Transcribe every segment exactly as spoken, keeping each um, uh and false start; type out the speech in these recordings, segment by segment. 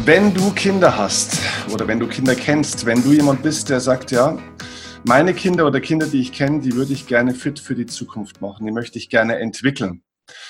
Wenn du Kinder hast oder wenn du Kinder kennst, wenn du jemand bist, der sagt, ja, meine Kinder oder Kinder, die ich kenne, die würde ich gerne fit für die Zukunft machen, die möchte ich gerne entwickeln,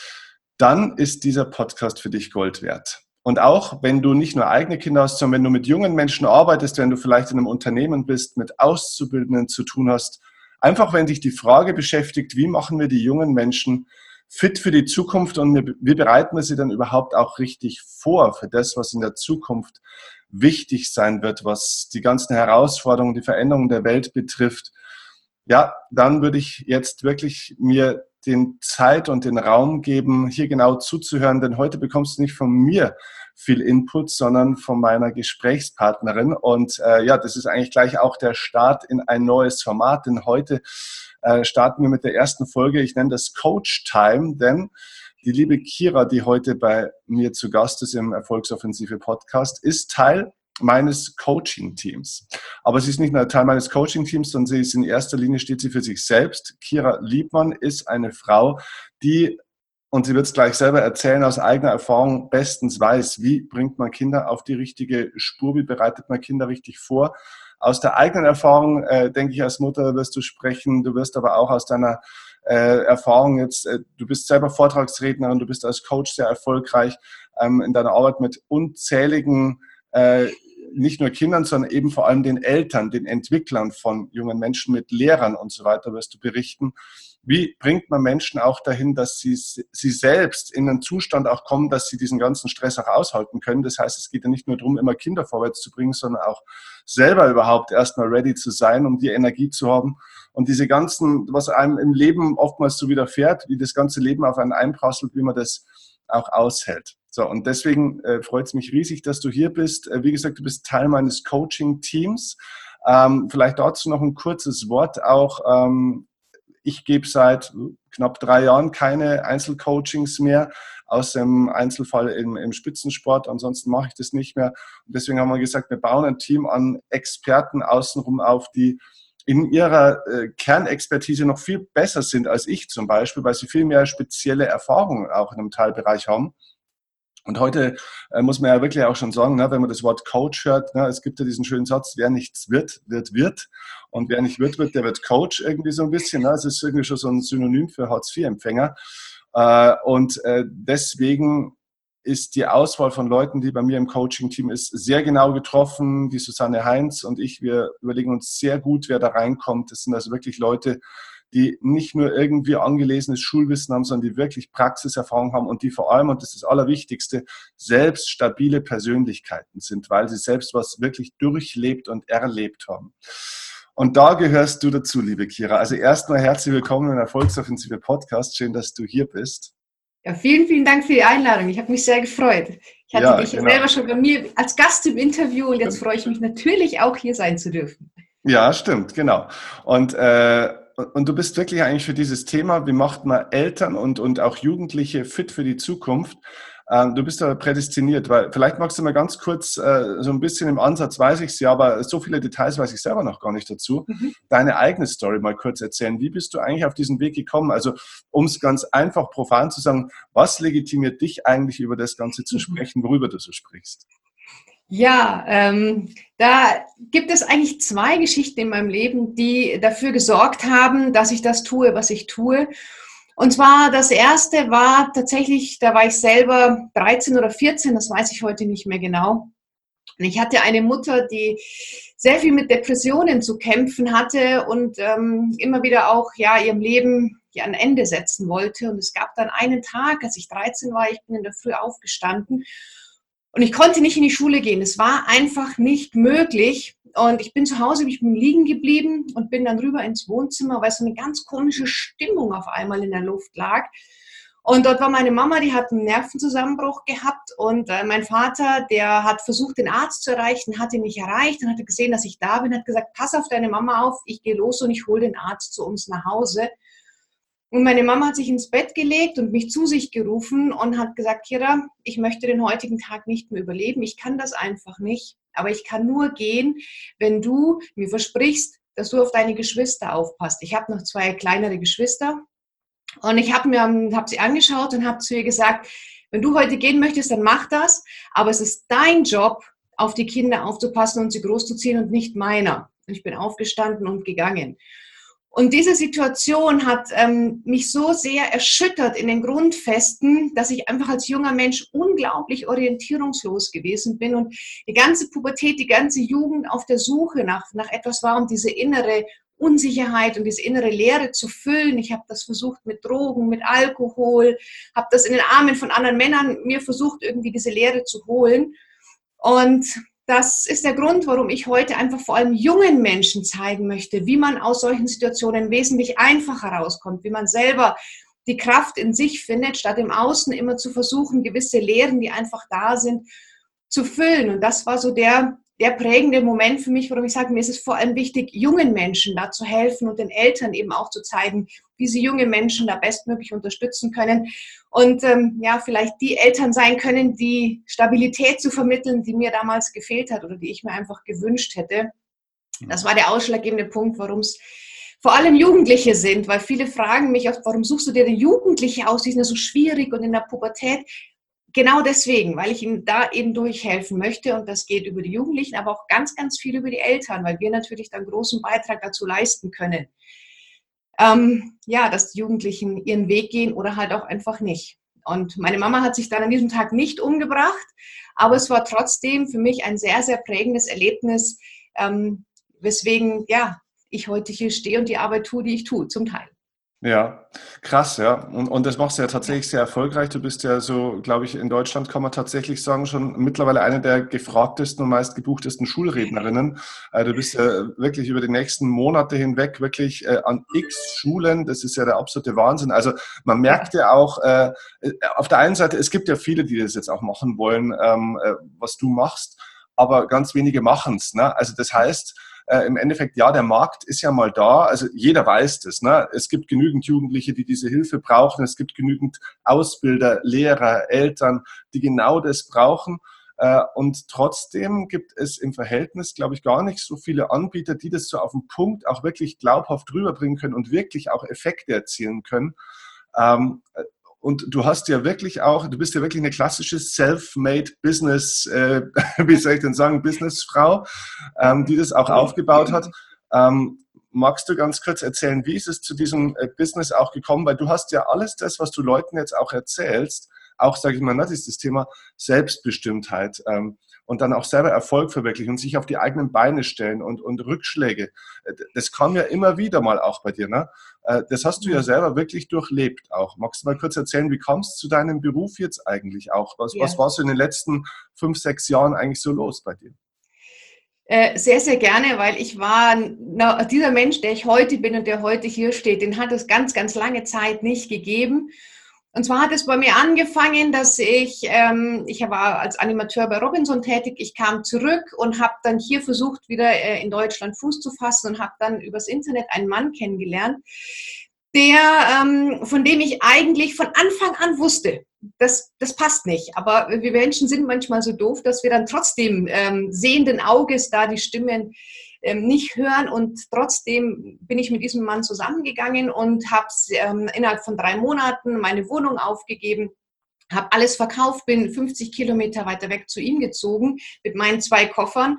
dann ist dieser Podcast für dich Gold wert. Und auch wenn du nicht nur eigene Kinder hast, sondern wenn du mit jungen Menschen arbeitest, wenn du vielleicht in einem Unternehmen bist, mit Auszubildenden zu tun hast, einfach wenn dich die Frage beschäftigt, wie machen wir die jungen Menschen fit für die Zukunft und wie bereiten wir sie dann überhaupt auch richtig vor für das, was in der Zukunft wichtig sein wird, was die ganzen Herausforderungen, die Veränderungen der Welt betrifft, ja, dann würde ich jetzt wirklich mir den Zeit und den Raum geben, hier genau zuzuhören, denn heute bekommst du nicht von mir viel Input, sondern von meiner Gesprächspartnerin. Und äh, ja, das ist eigentlich gleich auch der Start in ein neues Format, denn heute äh, starten wir mit der ersten Folge. Ich nenne das Coach Time, denn die liebe Kira, die heute bei mir zu Gast ist im Erfolgsoffensive Podcast, ist Teil meines Coaching-Teams. Aber sie ist nicht nur Teil meines Coaching-Teams, sondern sie ist in erster Linie, steht sie für sich selbst. Kira Liebmann ist eine Frau, die, und sie wird es gleich selber erzählen, aus eigener Erfahrung bestens weiß, wie bringt man Kinder auf die richtige Spur, wie bereitet man Kinder richtig vor. Aus der eigenen Erfahrung, äh, denke ich, als Mutter wirst du sprechen, du wirst aber auch aus deiner äh, Erfahrung jetzt, äh, du bist selber Vortragsrednerin, du bist als Coach sehr erfolgreich ähm, in deiner Arbeit mit unzähligen äh, nicht nur Kindern, sondern eben vor allem den Eltern, den Entwicklern von jungen Menschen, mit Lehrern und so weiter wirst du berichten. Wie bringt man Menschen auch dahin, dass sie, sie selbst in einen Zustand auch kommen, dass sie diesen ganzen Stress auch aushalten können? Das heißt, es geht ja nicht nur darum, immer Kinder vorwärts zu bringen, sondern auch selber überhaupt erstmal ready zu sein, um die Energie zu haben. Und diese ganzen, was einem im Leben oftmals so widerfährt, wie das ganze Leben auf einen einprasselt, wie man das auch aushält. So, und deswegen äh, freut es mich riesig, dass du hier bist. Äh, wie gesagt, du bist Teil meines Coaching-Teams. Ähm, vielleicht dazu noch ein kurzes Wort auch. Ähm, ich gebe seit knapp drei Jahren keine Einzelcoachings mehr, aus dem Einzelfall im, im Spitzensport. Ansonsten mache ich das nicht mehr. Und deswegen haben wir gesagt, wir bauen ein Team an Experten außenrum auf, die in ihrer äh, Kernexpertise noch viel besser sind als ich zum Beispiel, weil sie viel mehr spezielle Erfahrungen auch in einem Teilbereich haben. Und heute äh, muss man ja wirklich auch schon sagen, ne, wenn man das Wort Coach hört, ne, es gibt ja diesen schönen Satz, wer nichts wird, wird, wird. Und wer nicht wird, wird, der wird Coach irgendwie so ein bisschen. Ne? Es ist irgendwie schon so ein Synonym für Hartz vier Empfänger. Äh, und äh, deswegen ist die Auswahl von Leuten, die bei mir im Coaching-Team ist, sehr genau getroffen. Die Susanne Heinz und ich, wir überlegen uns sehr gut, wer da reinkommt. Das sind also wirklich Leute, die nicht nur irgendwie angelesenes Schulwissen haben, sondern die wirklich Praxiserfahrung haben und die vor allem, und das ist das Allerwichtigste, selbst stabile Persönlichkeiten sind, weil sie selbst was wirklich durchlebt und erlebt haben. Und da gehörst du dazu, liebe Kira. Also erstmal herzlich willkommen im Erfolgsoffensive Podcast. Schön, dass du hier bist. Ja, vielen, vielen Dank für die Einladung. Ich habe mich sehr gefreut. Ich hatte ja, dich genau. selber schon bei mir als Gast im Interview und jetzt freue ich mich natürlich auch hier sein zu dürfen. Ja, stimmt, genau. Und, äh, und du bist wirklich eigentlich für dieses Thema, wie macht man Eltern und, und auch Jugendliche fit für die Zukunft? Ähm, du bist da prädestiniert, weil vielleicht magst du mal ganz kurz, äh, so ein bisschen im Ansatz weiß ich es ja, aber so viele Details weiß ich selber noch gar nicht dazu, mhm. deine eigene Story mal kurz erzählen. Wie bist du eigentlich auf diesen Weg gekommen? Also um es ganz einfach profan zu sagen, was legitimiert dich eigentlich über das Ganze zu sprechen, worüber du so sprichst? Ja, ähm, da gibt es eigentlich zwei Geschichten in meinem Leben, die dafür gesorgt haben, dass ich das tue, was ich tue. Und zwar das erste war tatsächlich, da war ich selber dreizehn oder vierzehn, das weiß ich heute nicht mehr genau. Und ich hatte eine Mutter, die sehr viel mit Depressionen zu kämpfen hatte und ähm, immer wieder auch ja ihrem Leben ja, ein Ende setzen wollte. Und es gab dann einen Tag, als ich dreizehn war, ich bin in der Früh aufgestanden und ich konnte nicht in die Schule gehen. Es war einfach nicht möglich. Und ich bin zu Hause, ich bin liegen geblieben und bin dann rüber ins Wohnzimmer, weil so eine ganz komische Stimmung auf einmal in der Luft lag. Und dort war meine Mama, die hat einen Nervenzusammenbruch gehabt und äh, mein Vater, der hat versucht, den Arzt zu erreichen, hat ihn nicht erreicht. Dann hat er gesehen, dass ich da bin, hat gesagt, pass auf deine Mama auf, ich gehe los und ich hole den Arzt zu uns nach Hause. Und meine Mama hat sich ins Bett gelegt und mich zu sich gerufen und hat gesagt, Kira, ich möchte den heutigen Tag nicht mehr überleben, ich kann das einfach nicht, aber ich kann nur gehen, wenn du mir versprichst, dass du auf deine Geschwister aufpasst. Ich habe noch zwei kleinere Geschwister und ich habe mir hab sie angeschaut und habe zu ihr gesagt, Wenn du heute gehen möchtest, dann mach das, aber es ist dein Job, auf die Kinder aufzupassen und sie großzuziehen und nicht meiner. Und ich bin aufgestanden und gegangen. Und diese Situation hat ähm, mich so sehr erschüttert in den Grundfesten, dass ich einfach als junger Mensch unglaublich orientierungslos gewesen bin und die ganze Pubertät, die ganze Jugend auf der Suche nach, nach etwas war, um diese innere Unsicherheit und diese innere Leere zu füllen. Ich habe das versucht mit Drogen, mit Alkohol, habe das in den Armen von anderen Männern mir versucht, irgendwie diese Leere zu holen. Und das ist der Grund, warum ich heute einfach vor allem jungen Menschen zeigen möchte, wie man aus solchen Situationen wesentlich einfacher rauskommt, wie man selber die Kraft in sich findet, statt im Außen immer zu versuchen, gewisse Lehren, die einfach da sind, zu füllen. Und das war so der, der prägende Moment für mich, warum ich sage, mir ist es vor allem wichtig, jungen Menschen da zu helfen und den Eltern eben auch zu zeigen, wie sie junge Menschen da bestmöglich unterstützen können und ähm, ja, vielleicht die Eltern sein können, die Stabilität zu vermitteln, die mir damals gefehlt hat oder die ich mir einfach gewünscht hätte. Das war der ausschlaggebende Punkt, warum es vor allem Jugendliche sind, weil viele fragen mich oft, warum suchst du dir denn Jugendliche aus, die sind ja so schwierig und in der Pubertät. Genau deswegen, weil ich ihnen da eben durchhelfen möchte und das geht über die Jugendlichen, aber auch ganz, ganz viel über die Eltern, weil wir natürlich dann großen Beitrag dazu leisten können. Ähm, ja, dass die Jugendlichen ihren Weg gehen oder halt auch einfach nicht. Und meine Mama hat sich dann an diesem Tag nicht umgebracht, aber es war trotzdem für mich ein sehr, sehr prägendes Erlebnis, ähm, weswegen ja, ich heute hier stehe und die Arbeit tue, die ich tue, zum Teil. Ja, krass, ja. Und, und das machst du ja tatsächlich sehr erfolgreich. Du bist ja so, glaube ich, in Deutschland kann man tatsächlich sagen, schon mittlerweile eine der gefragtesten und meist gebuchtesten Schulrednerinnen. Äh, du bist ja wirklich über die nächsten Monate hinweg wirklich äh, an x Schulen. Das ist ja der absolute Wahnsinn. Also man merkt ja auch, äh, auf der einen Seite, es gibt ja viele, die das jetzt auch machen wollen, ähm, äh, was du machst, aber ganz wenige machen es, ne? Also das heißt, Äh, im Endeffekt, ja, der Markt ist ja mal da, also jeder weiß das, ne? Es gibt genügend Jugendliche, die diese Hilfe brauchen, es gibt genügend Ausbilder, Lehrer, Eltern, die genau das brauchen äh, und trotzdem gibt es im Verhältnis, glaube ich, gar nicht so viele Anbieter, die das so auf den Punkt auch wirklich glaubhaft rüberbringen können und wirklich auch Effekte erzielen können. Ähm, Und du hast ja wirklich auch, du bist ja wirklich eine klassische Self-Made Business, äh, wie soll ich denn sagen, Businessfrau, ähm, die das auch aufgebaut hat. Ähm, magst du ganz kurz erzählen, wie ist es zu diesem äh, Business auch gekommen? Weil du hast ja alles das, was du Leuten jetzt auch erzählst, auch, sage ich mal, das ist das Thema Selbstbestimmtheit ähm, und dann auch selber Erfolg verwirklichen und sich auf die eigenen Beine stellen und, und Rückschläge. Das kam ja immer wieder mal auch bei dir, ne? Das hast du ja selber wirklich durchlebt auch. Magst du mal kurz erzählen, wie kamst du zu deinem Beruf jetzt eigentlich auch? Was, Ja. was war so in den letzten fünf, sechs Jahren eigentlich so los bei dir? Äh, sehr, sehr gerne, weil ich war, na, dieser Mensch, der ich heute bin und der heute hier steht, den hat es ganz, ganz lange Zeit nicht gegeben. Und zwar hat es bei mir angefangen, dass ich, ähm, ich war als Animateur bei Robinson tätig, ich kam zurück und habe dann hier versucht, wieder äh, in Deutschland Fuß zu fassen und habe dann übers Internet einen Mann kennengelernt, der, ähm, von dem ich eigentlich von Anfang an wusste, das, das passt nicht. Aber wir Menschen sind manchmal so doof, dass wir dann trotzdem ähm, sehenden Auges da die Stimmen ähm, nicht hören. Und trotzdem bin ich mit diesem Mann zusammengegangen und habe ähm, innerhalb von drei Monaten meine Wohnung aufgegeben, habe alles verkauft, bin fünfzig Kilometer weiter weg zu ihm gezogen mit meinen zwei Koffern.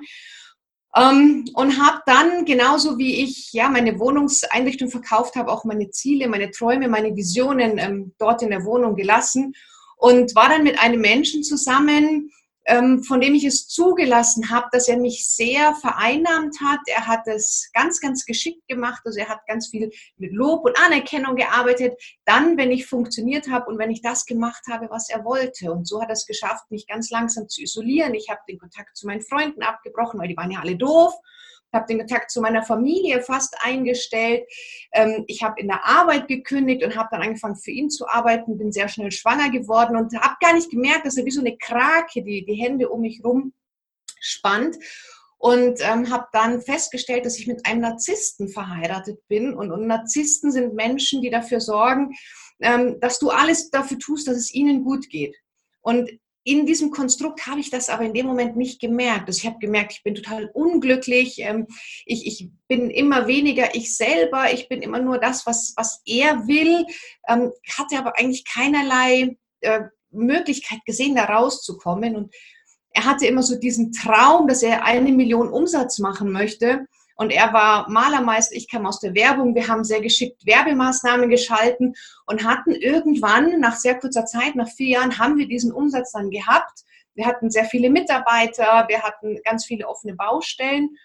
Um, und habe dann, genauso wie ich ja meine Wohnungseinrichtung verkauft habe, auch meine Ziele, meine Träume, meine Visionen ähm, dort in der Wohnung gelassen und war dann mit einem Menschen zusammen, ähm, von dem ich es zugelassen habe, dass er mich sehr vereinnahmt hat. Er hat es ganz, ganz geschickt gemacht. Also er hat ganz viel mit Lob und Anerkennung gearbeitet. Dann, wenn ich funktioniert habe und wenn ich das gemacht habe, was er wollte. Und so hat er es geschafft, mich ganz langsam zu isolieren. Ich habe den Kontakt zu meinen Freunden abgebrochen, weil die waren ja alle doof. Ich habe den Kontakt zu meiner Familie fast eingestellt. Ich habe in der Arbeit gekündigt und habe dann angefangen, für ihn zu arbeiten, bin sehr schnell schwanger geworden und habe gar nicht gemerkt, dass er wie so eine Krake die, die Hände um mich rum spannt. Und ähm, habe dann festgestellt, dass ich mit einem Narzissten verheiratet bin. Und, und Narzissten sind Menschen, die dafür sorgen, ähm, dass du alles dafür tust, dass es ihnen gut geht. Und in diesem Konstrukt habe ich das aber in dem Moment nicht gemerkt. Also ich habe gemerkt, ich bin total unglücklich, ich, ich bin immer weniger ich selber, ich bin immer nur das, was, was er will, hatte aber eigentlich keinerlei Möglichkeit gesehen, da rauszukommen. Und er hatte immer so diesen Traum, dass er eine Million Umsatz machen möchte. Und er war Malermeister, ich kam aus der Werbung. Wir haben sehr geschickt Werbemaßnahmen geschalten und hatten irgendwann, nach sehr kurzer Zeit, nach vier Jahren, haben wir diesen Umsatz dann gehabt. Wir hatten sehr viele Mitarbeiter, wir hatten ganz viele offene Baustellen.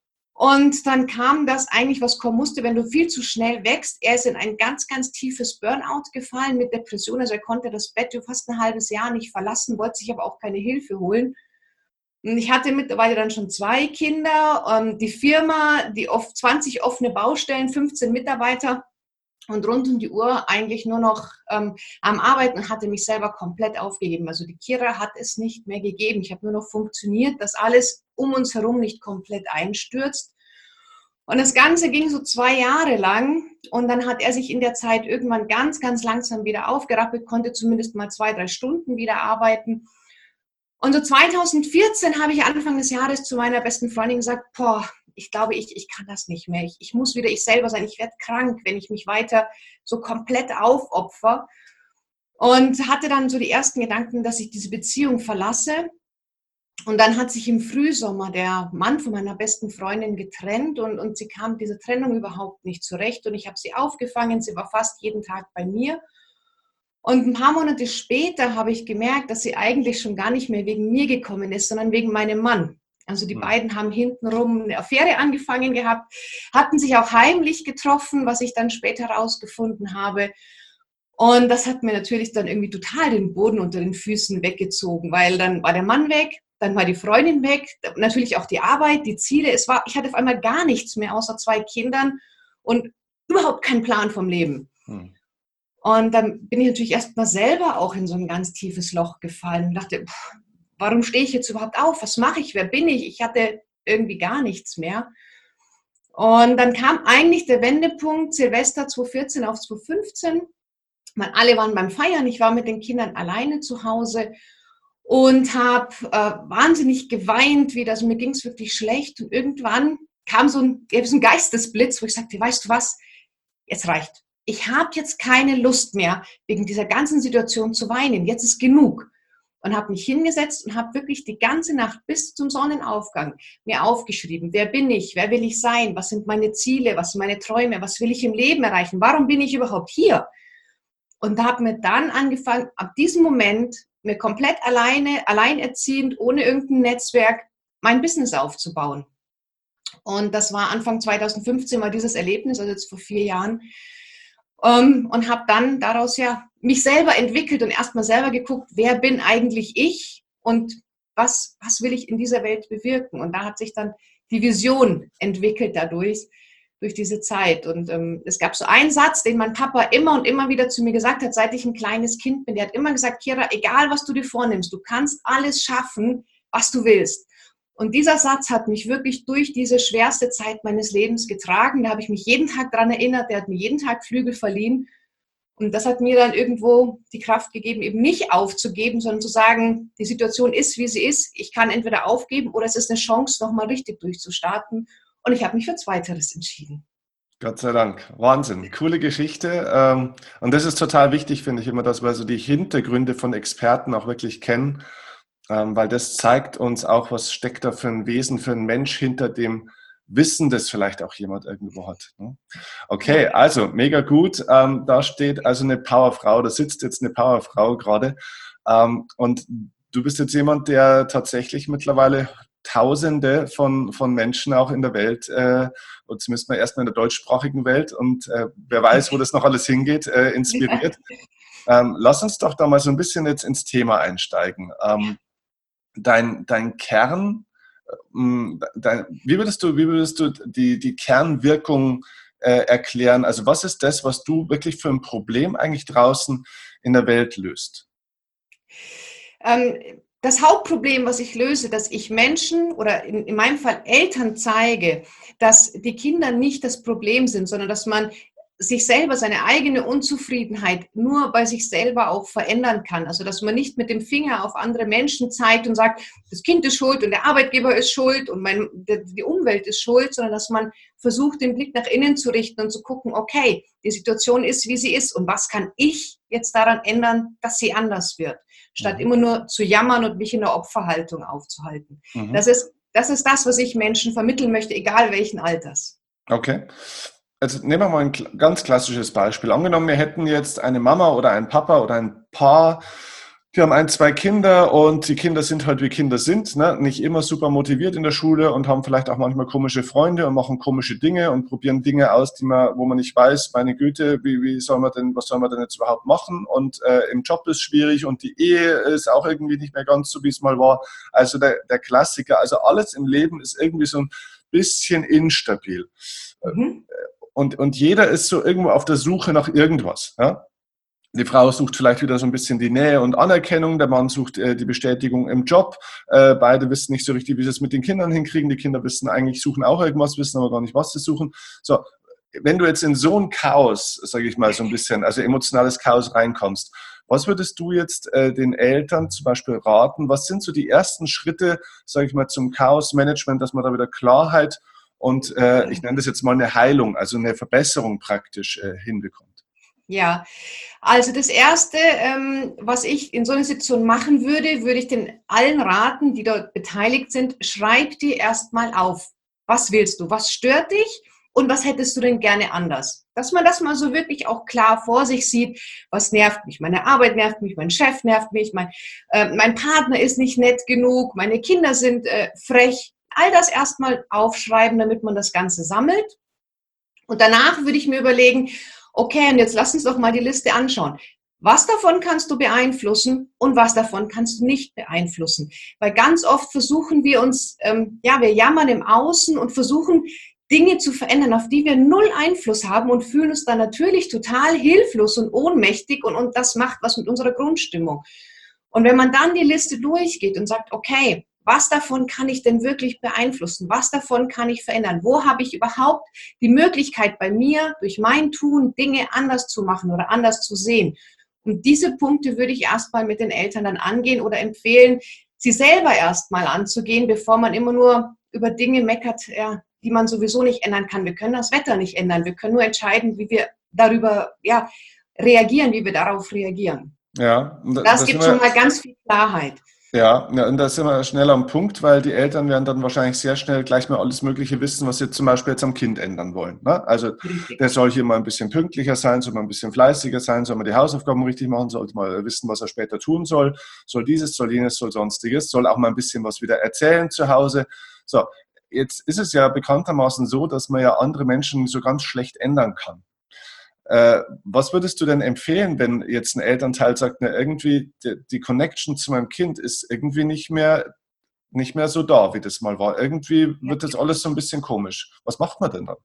Und dann kam das eigentlich, was kommen musste, wenn du viel zu schnell wächst. Er ist in ein ganz, ganz tiefes Burnout gefallen mit Depression. Also er konnte das Bett für fast ein halbes Jahr nicht verlassen, wollte sich aber auch keine Hilfe holen. Ich hatte mittlerweile dann schon zwei Kinder, die Firma, die oft zwanzig offene Baustellen, fünfzehn Mitarbeiter und rund um die Uhr eigentlich nur noch ähm, am Arbeiten und hatte mich selber komplett aufgegeben. Also die Kira hat es nicht mehr gegeben. Ich habe nur noch funktioniert, dass alles um uns herum nicht komplett einstürzt. Und das Ganze ging so zwei Jahre lang und dann hat er sich in der Zeit irgendwann ganz, ganz langsam wieder aufgerappelt, konnte zumindest mal zwei, drei Stunden wieder arbeiten. Und so zweitausendvierzehn habe ich Anfang des Jahres zu meiner besten Freundin gesagt, boah, ich glaube, ich, ich kann das nicht mehr. Ich, ich muss wieder ich selber sein. Ich werde krank, wenn ich mich weiter so komplett aufopfer. Und hatte dann so die ersten Gedanken, dass ich diese Beziehung verlasse. Und dann hat sich im Frühsommer der Mann von meiner besten Freundin getrennt und, und sie kam mit dieser Trennung überhaupt nicht zurecht. Und ich habe sie aufgefangen. Sie war fast jeden Tag bei mir. Und ein paar Monate später habe ich gemerkt, dass sie eigentlich schon gar nicht mehr wegen mir gekommen ist, sondern wegen meinem Mann. Also die beiden haben hintenrum eine Affäre angefangen gehabt, hatten sich auch heimlich getroffen, was ich dann später herausgefunden habe. Und das hat mir natürlich dann irgendwie total den Boden unter den Füßen weggezogen, weil dann war der Mann weg, dann war die Freundin weg, natürlich auch die Arbeit, die Ziele. Es war, ich hatte auf einmal gar nichts mehr außer zwei Kindern und überhaupt keinen Plan vom Leben. Hm. Und dann bin ich natürlich erst mal selber auch in so ein ganz tiefes Loch gefallen und dachte, pff, warum stehe ich jetzt überhaupt auf? Was mache ich? Wer bin ich? Ich hatte irgendwie gar nichts mehr. Und dann kam eigentlich der Wendepunkt Silvester zweitausendvierzehn auf zweitausendfünfzehn. Man, alle waren beim Feiern. Ich war mit den Kindern alleine zu Hause und habe äh, wahnsinnig geweint, wie das, mir ging es wirklich schlecht. Und irgendwann kam so ein, so ein Geistesblitz, wo ich sagte, weißt du was, jetzt reicht. Ich habe jetzt keine Lust mehr, wegen dieser ganzen Situation zu weinen. Jetzt ist genug. Und habe mich hingesetzt und habe wirklich die ganze Nacht bis zum Sonnenaufgang mir aufgeschrieben, wer bin ich, wer will ich sein, was sind meine Ziele, was sind meine Träume, was will ich im Leben erreichen, warum bin ich überhaupt hier? Und habe mir dann angefangen, ab diesem Moment mir komplett alleine, alleinerziehend, ohne irgendein Netzwerk, mein Business aufzubauen. Und das war Anfang zweitausendfünfzehn mal dieses Erlebnis, also jetzt vor vier Jahren. Um, und habe dann daraus ja mich selber entwickelt und erstmal selber geguckt, wer bin eigentlich ich und was, was will ich in dieser Welt bewirken. Und da hat sich dann die Vision entwickelt dadurch, durch diese Zeit. Und ähm, es gab so einen Satz, den mein Papa immer und immer wieder zu mir gesagt hat, seit ich ein kleines Kind bin. Der hat immer gesagt, Kira, egal was du dir vornimmst, du kannst alles schaffen, was du willst. Und dieser Satz hat mich wirklich durch diese schwerste Zeit meines Lebens getragen. Da habe ich mich jeden Tag dran erinnert. Der hat mir jeden Tag Flügel verliehen. Und das hat mir dann irgendwo die Kraft gegeben, eben nicht aufzugeben, sondern zu sagen, die Situation ist, wie sie ist. Ich kann entweder aufgeben oder es ist eine Chance, nochmal richtig durchzustarten. Und ich habe mich für Zweiteres entschieden. Gott sei Dank. Wahnsinn. Coole Geschichte. Und das ist total wichtig, finde ich immer, dass wir so die Hintergründe von Experten auch wirklich kennen. Weil das zeigt uns auch, was steckt da für ein Wesen, für ein Mensch hinter dem Wissen, das vielleicht auch jemand irgendwo hat. Okay, also mega gut. Da steht also eine Powerfrau, da sitzt jetzt eine Powerfrau gerade. Und du bist jetzt jemand, der tatsächlich mittlerweile Tausende von, von Menschen auch in der Welt, äh, und zumindest mal erstmal in der deutschsprachigen Welt und äh, wer weiß, wo das noch alles hingeht, äh, inspiriert. Ähm, lass uns doch da mal so ein bisschen jetzt ins Thema einsteigen. Ähm, Dein, dein Kern, dein, wie würdest du, wie würdest du die, die Kernwirkung äh, erklären? Also was ist das, was du wirklich für ein Problem eigentlich draußen in der Welt löst? Ähm, das Hauptproblem, was ich löse, dass ich Menschen oder in, in meinem Fall Eltern zeige, dass die Kinder nicht das Problem sind, sondern dass man sich selber, seine eigene Unzufriedenheit nur bei sich selber auch verändern kann. Also dass man nicht mit dem Finger auf andere Menschen zeigt und sagt, das Kind ist schuld und der Arbeitgeber ist schuld und mein, die Umwelt ist schuld, sondern dass man versucht, den Blick nach innen zu richten und zu gucken, okay, die Situation ist, wie sie ist und was kann ich jetzt daran ändern, dass sie anders wird, statt mhm. immer nur zu jammern und mich in der Opferhaltung aufzuhalten. Mhm. Das ist, das ist das, was ich Menschen vermitteln möchte, egal welchen Alters. Okay. Also nehmen wir mal ein ganz klassisches Beispiel. Angenommen, wir hätten jetzt eine Mama oder ein Papa oder ein Paar, die haben ein, zwei Kinder und die Kinder sind halt wie Kinder sind, ne? Nicht immer super motiviert in der Schule und haben vielleicht auch manchmal komische Freunde und machen komische Dinge und probieren Dinge aus, die man, wo man nicht weiß, meine Güte, wie, wie soll man denn, was soll man denn jetzt überhaupt machen? Und äh, im Job ist schwierig und die Ehe ist auch irgendwie nicht mehr ganz so, wie es mal war. Also der, der Klassiker, also alles im Leben ist irgendwie so ein bisschen instabil. Mhm. Und, und jeder ist so irgendwo auf der Suche nach irgendwas. Ja? Die Frau sucht vielleicht wieder so ein bisschen die Nähe und Anerkennung, der Mann sucht äh, die Bestätigung im Job. Äh, beide wissen nicht so richtig, wie sie es mit den Kindern hinkriegen. Die Kinder wissen eigentlich, suchen auch irgendwas, wissen aber gar nicht, was sie suchen. So, wenn du jetzt in so ein Chaos, sage ich mal so ein bisschen, also emotionales Chaos reinkommst, was würdest du jetzt äh, den Eltern zum Beispiel raten? Was sind so die ersten Schritte, sage ich mal, zum Chaos-Management, dass man da wieder Klarheit und äh, ich nenne das jetzt mal eine Heilung, also eine Verbesserung praktisch äh, hinbekommt? Ja, also das Erste, ähm, was ich in so einer Situation machen würde, würde ich den allen raten, die dort beteiligt sind, schreib dir erstmal auf. Was willst du? Was stört dich? Und was hättest du denn gerne anders? Dass man das mal so wirklich auch klar vor sich sieht. Was nervt mich? Meine Arbeit nervt mich, mein Chef nervt mich, mein, äh, mein Partner ist nicht nett genug, meine Kinder sind äh, frech. All das erstmal aufschreiben, damit man das Ganze sammelt. Und danach würde ich mir überlegen, okay, und jetzt lass uns doch mal die Liste anschauen. Was davon kannst du beeinflussen und was davon kannst du nicht beeinflussen? Weil ganz oft versuchen wir uns, ähm, ja, wir jammern im Außen und versuchen, Dinge zu verändern, auf die wir null Einfluss haben und fühlen uns dann natürlich total hilflos und ohnmächtig und, und das macht was mit unserer Grundstimmung. Und wenn man dann die Liste durchgeht und sagt, okay, was davon kann ich denn wirklich beeinflussen? Was davon kann ich verändern? Wo habe ich überhaupt die Möglichkeit bei mir, durch mein Tun Dinge anders zu machen oder anders zu sehen? Und diese Punkte würde ich erstmal mit den Eltern dann angehen oder empfehlen, sie selber erstmal anzugehen, bevor man immer nur über Dinge meckert, ja, die man sowieso nicht ändern kann. Wir können das Wetter nicht ändern. Wir können nur entscheiden, wie wir darüber ja, reagieren, wie wir darauf reagieren. Ja, das, das gibt schon mal ganz viel Klarheit. Ja, ja, und da sind wir schnell am Punkt, weil die Eltern werden dann wahrscheinlich sehr schnell gleich mal alles Mögliche wissen, was sie zum Beispiel jetzt am Kind ändern wollen. Ne? Also richtig. Der soll hier mal ein bisschen pünktlicher sein, soll mal ein bisschen fleißiger sein, soll mal die Hausaufgaben richtig machen, soll mal wissen, was er später tun soll, soll dieses, soll jenes, soll sonstiges, soll auch mal ein bisschen was wieder erzählen zu Hause. So, jetzt ist es ja bekanntermaßen so, dass man ja andere Menschen so ganz schlecht ändern kann. Äh, was würdest du denn empfehlen, wenn jetzt ein Elternteil sagt, na, irgendwie die, die Connection zu meinem Kind ist irgendwie nicht mehr, nicht mehr so da, wie das mal war. Irgendwie wird das alles so ein bisschen komisch. Was macht man denn dann?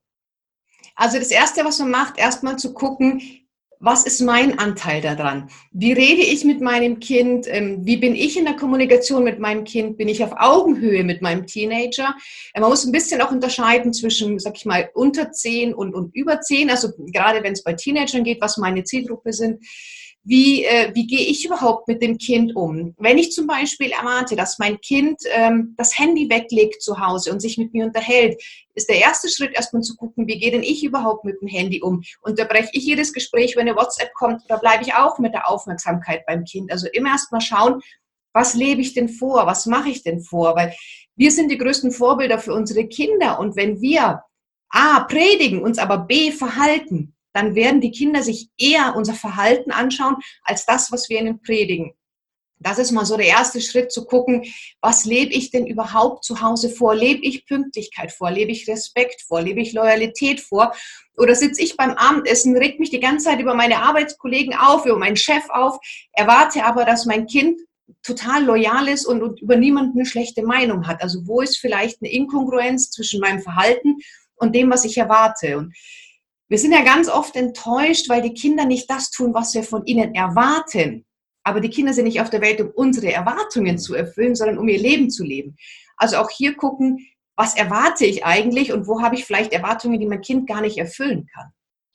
Also das Erste, was man macht, erstmal zu gucken, was ist mein Anteil daran? Wie rede ich mit meinem Kind? Wie bin ich in der Kommunikation mit meinem Kind? Bin ich auf Augenhöhe mit meinem Teenager? Man muss ein bisschen auch unterscheiden zwischen, sag ich mal, unter zehn und, und über zehn. Also gerade wenn es bei Teenagern geht, was meine Zielgruppe sind. Wie, äh, wie gehe ich überhaupt mit dem Kind um? Wenn ich zum Beispiel erwarte, dass mein Kind ähm, das Handy weglegt zu Hause und sich mit mir unterhält, ist der erste Schritt erstmal zu gucken, wie gehe denn ich überhaupt mit dem Handy um? Unterbreche ich jedes Gespräch, wenn eine WhatsApp kommt, oder bleibe ich auch mit der Aufmerksamkeit beim Kind? Also immer erstmal schauen, was lebe ich denn vor? Was mache ich denn vor? Weil wir sind die größten Vorbilder für unsere Kinder. Und wenn wir A, predigen, uns aber B, verhalten, dann werden die Kinder sich eher unser Verhalten anschauen, als das, was wir ihnen predigen. Das ist mal so der erste Schritt, zu gucken, was lebe ich denn überhaupt zu Hause vor? Lebe ich Pünktlichkeit vor? Lebe ich Respekt vor? Lebe ich Loyalität vor? Oder sitze ich beim Abendessen, reg mich die ganze Zeit über meine Arbeitskollegen auf, über meinen Chef auf, erwarte aber, dass mein Kind total loyal ist und, und über niemanden eine schlechte Meinung hat. Also wo ist vielleicht eine Inkongruenz zwischen meinem Verhalten und dem, was ich erwarte? Und wir sind ja ganz oft enttäuscht, weil die Kinder nicht das tun, was wir von ihnen erwarten. Aber die Kinder sind nicht auf der Welt, um unsere Erwartungen zu erfüllen, sondern um ihr Leben zu leben. Also auch hier gucken, was erwarte ich eigentlich und wo habe ich vielleicht Erwartungen, die mein Kind gar nicht erfüllen kann.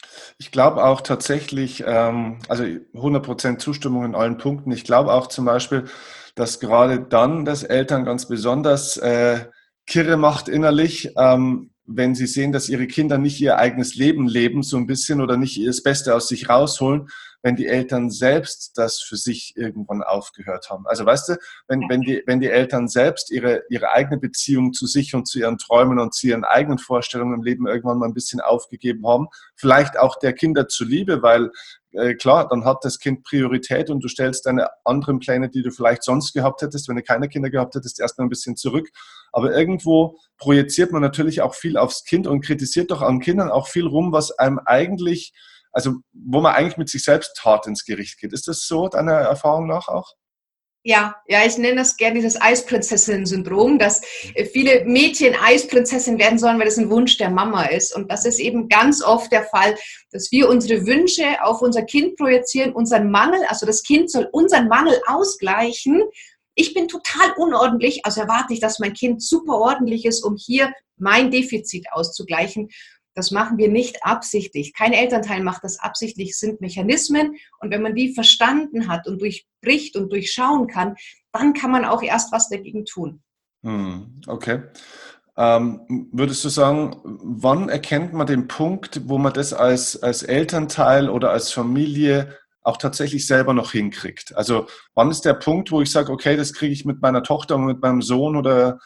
Ich glaube auch tatsächlich, ähm, also hundert Prozent Zustimmung in allen Punkten. Ich glaube auch zum Beispiel, dass gerade dann das Eltern ganz besonders äh, kirre macht innerlich, ähm, wenn sie sehen, dass ihre Kinder nicht ihr eigenes Leben leben, so ein bisschen, oder nicht das Beste aus sich rausholen, wenn die Eltern selbst das für sich irgendwann aufgehört haben. Also weißt du, wenn, wenn, die, wenn die Eltern selbst ihre, ihre eigene Beziehung zu sich und zu ihren Träumen und zu ihren eigenen Vorstellungen im Leben irgendwann mal ein bisschen aufgegeben haben, vielleicht auch der Kinder zuliebe, weil äh, klar, dann hat das Kind Priorität und du stellst deine anderen Pläne, die du vielleicht sonst gehabt hättest, wenn du keine Kinder gehabt hättest, erstmal ein bisschen zurück. Aber irgendwo projiziert man natürlich auch viel aufs Kind und kritisiert doch an Kindern auch viel rum, was einem eigentlich, also wo man eigentlich mit sich selbst hart ins Gericht geht. Ist das so deiner Erfahrung nach auch? Ja, ja, ich nenne das gerne dieses Eisprinzessin-Syndrom, dass viele Mädchen Eisprinzessin werden sollen, weil das ein Wunsch der Mama ist. Und das ist eben ganz oft der Fall, dass wir unsere Wünsche auf unser Kind projizieren, unseren Mangel, also das Kind soll unseren Mangel ausgleichen. Ich bin total unordentlich, also erwarte ich, dass mein Kind super ordentlich ist, um hier mein Defizit auszugleichen. Das machen wir nicht absichtlich. Kein Elternteil macht das absichtlich. Es sind Mechanismen. Und wenn man die verstanden hat und durchbricht und durchschauen kann, dann kann man auch erst was dagegen tun. Hm, okay. Ähm, würdest du sagen, wann erkennt man den Punkt, wo man das als, als Elternteil oder als Familie auch tatsächlich selber noch hinkriegt? Also wann ist der Punkt, wo ich sage, okay, das kriege ich mit meiner Tochter und mit meinem Sohn oder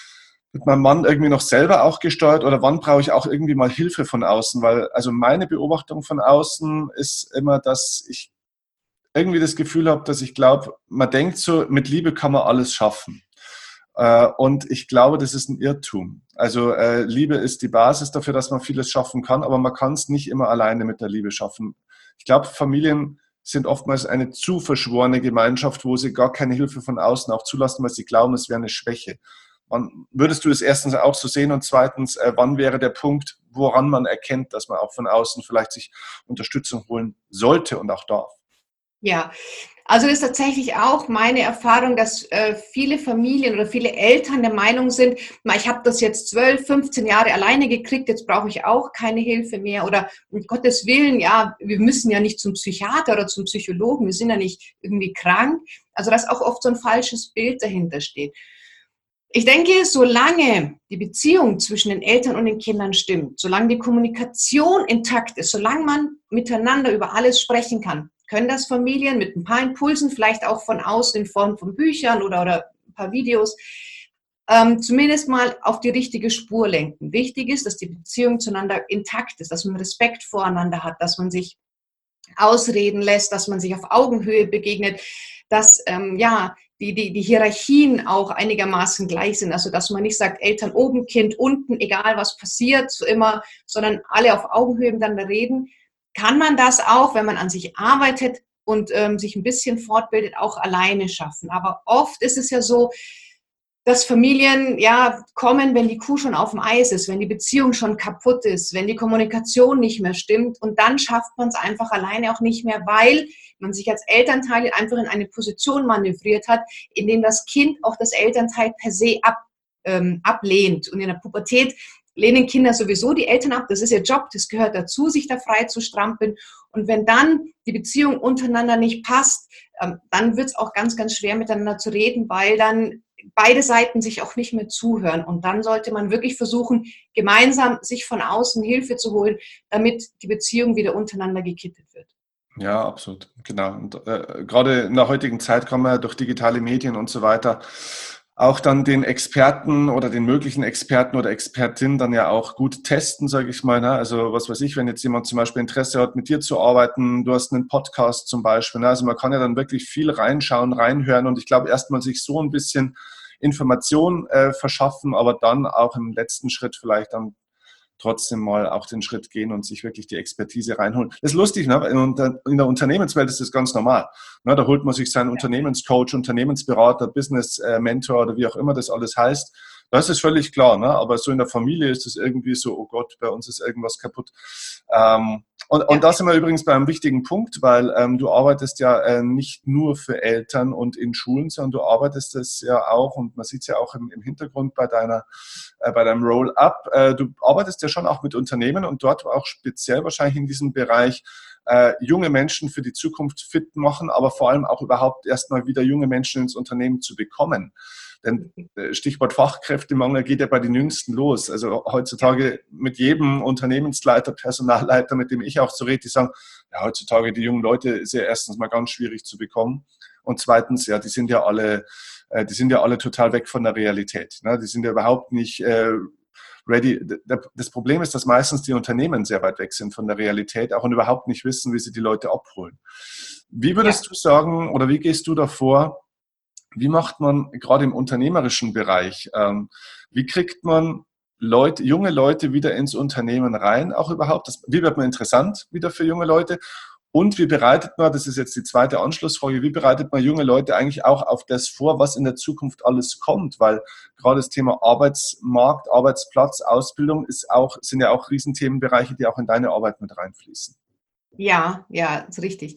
mit meinem Mann irgendwie noch selber auch gesteuert, oder wann brauche ich auch irgendwie mal Hilfe von außen? Weil also meine Beobachtung von außen ist immer, dass ich irgendwie das Gefühl habe, dass ich glaube, man denkt so, mit Liebe kann man alles schaffen. Äh, und ich glaube, das ist ein Irrtum. Also äh, Liebe ist die Basis dafür, dass man vieles schaffen kann, aber man kann es nicht immer alleine mit der Liebe schaffen. Ich glaube, Familien sind oftmals eine zu verschworene Gemeinschaft, wo sie gar keine Hilfe von außen auch zulassen, weil sie glauben, es wäre eine Schwäche. Wann, würdest du es erstens auch so sehen, und zweitens, äh, wann wäre der Punkt, woran man erkennt, dass man auch von außen vielleicht sich Unterstützung holen sollte und auch darf? Ja, also das ist tatsächlich auch meine Erfahrung, dass äh, viele Familien oder viele Eltern der Meinung sind, na, ich habe das jetzt zwölf, fünfzehn Jahre alleine gekriegt, jetzt brauche ich auch keine Hilfe mehr, oder um Gottes Willen, ja, wir müssen ja nicht zum Psychiater oder zum Psychologen, wir sind ja nicht irgendwie krank. Also dass auch oft so ein falsches Bild dahinter steht. Ich denke, solange die Beziehung zwischen den Eltern und den Kindern stimmt, solange die Kommunikation intakt ist, solange man miteinander über alles sprechen kann, können das Familien mit ein paar Impulsen, vielleicht auch von außen in Form von Büchern oder, oder ein paar Videos, ähm, zumindest mal auf die richtige Spur lenken. Wichtig ist, dass die Beziehung zueinander intakt ist, dass man Respekt voreinander hat, dass man sich ausreden lässt, dass man sich auf Augenhöhe begegnet, dass ähm, ja die, die, die Hierarchien auch einigermaßen gleich sind. Also dass man nicht sagt, Eltern oben, Kind unten, egal was passiert, so immer, sondern alle auf Augenhöhe miteinander reden. Kann man das auch, wenn man an sich arbeitet und ähm, sich ein bisschen fortbildet, auch alleine schaffen. Aber oft ist es ja so, dass Familien ja kommen, wenn die Kuh schon auf dem Eis ist, wenn die Beziehung schon kaputt ist, wenn die Kommunikation nicht mehr stimmt, und dann schafft man es einfach alleine auch nicht mehr, weil man sich als Elternteil einfach in eine Position manövriert hat, in dem das Kind auch das Elternteil per se ab, ähm, ablehnt. Und in der Pubertät lehnen Kinder sowieso die Eltern ab. Das ist ihr Job, das gehört dazu, sich da frei zu strampeln. Und wenn dann die Beziehung untereinander nicht passt, ähm, dann wird es auch ganz, ganz schwer miteinander zu reden, weil dann beide Seiten sich auch nicht mehr zuhören. Und dann sollte man wirklich versuchen, gemeinsam sich von außen Hilfe zu holen, damit die Beziehung wieder untereinander gekittet wird. Ja, absolut, genau. Und äh, gerade in der heutigen Zeit kann man durch digitale Medien und so weiter auch dann den Experten oder den möglichen Experten oder Expertin dann ja auch gut testen, sage ich mal. Ne? Also was weiß ich, wenn jetzt jemand zum Beispiel Interesse hat, mit dir zu arbeiten, du hast einen Podcast zum Beispiel. Ne? Also man kann ja dann wirklich viel reinschauen, reinhören, und ich glaube erstmal sich so ein bisschen Information äh, verschaffen, aber dann auch im letzten Schritt vielleicht dann trotzdem mal auch den Schritt gehen und sich wirklich die Expertise reinholen. Das ist lustig, ne? In der Unternehmenswelt ist das ganz normal. Ne? Da holt man sich seinen Unternehmenscoach, Unternehmensberater, Business-Mentor oder wie auch immer das alles heißt. Das ist völlig klar, ne? Aber so in der Familie ist es irgendwie so, oh Gott, bei uns ist irgendwas kaputt. Ähm, Und, und da sind wir übrigens bei einem wichtigen Punkt, weil ähm, du arbeitest ja äh, nicht nur für Eltern und in Schulen, sondern du arbeitest es ja auch, und man sieht es ja auch im, im Hintergrund bei deiner, äh, bei deinem Roll-Up, äh, du arbeitest ja schon auch mit Unternehmen und dort auch speziell wahrscheinlich in diesem Bereich äh, junge Menschen für die Zukunft fit machen, aber vor allem auch überhaupt erstmal wieder junge Menschen ins Unternehmen zu bekommen. Denn Stichwort Fachkräftemangel geht ja bei den Jüngsten los. Also heutzutage mit jedem Unternehmensleiter, Personalleiter, mit dem ich auch so rede, die sagen, ja, heutzutage die jungen Leute ist ja erstens mal ganz schwierig zu bekommen. Und zweitens, ja, die sind ja alle, die sind ja alle total weg von der Realität. Die sind ja überhaupt nicht ready. Das Problem ist, dass meistens die Unternehmen sehr weit weg sind von der Realität, auch und überhaupt nicht wissen, wie sie die Leute abholen. Wie würdest ja. du sagen, oder wie gehst du davor? Wie macht man gerade im unternehmerischen Bereich, ähm, wie kriegt man Leute, junge Leute wieder ins Unternehmen rein, auch überhaupt? Das, wie wird man interessant wieder für junge Leute? Und wie bereitet man, das ist jetzt die zweite Anschlussfrage, wie bereitet man junge Leute eigentlich auch auf das vor, was in der Zukunft alles kommt? Weil gerade das Thema Arbeitsmarkt, Arbeitsplatz, Ausbildung ist auch, sind ja auch Riesenthemenbereiche, die auch in deine Arbeit mit reinfließen. Ja, ja, ist richtig.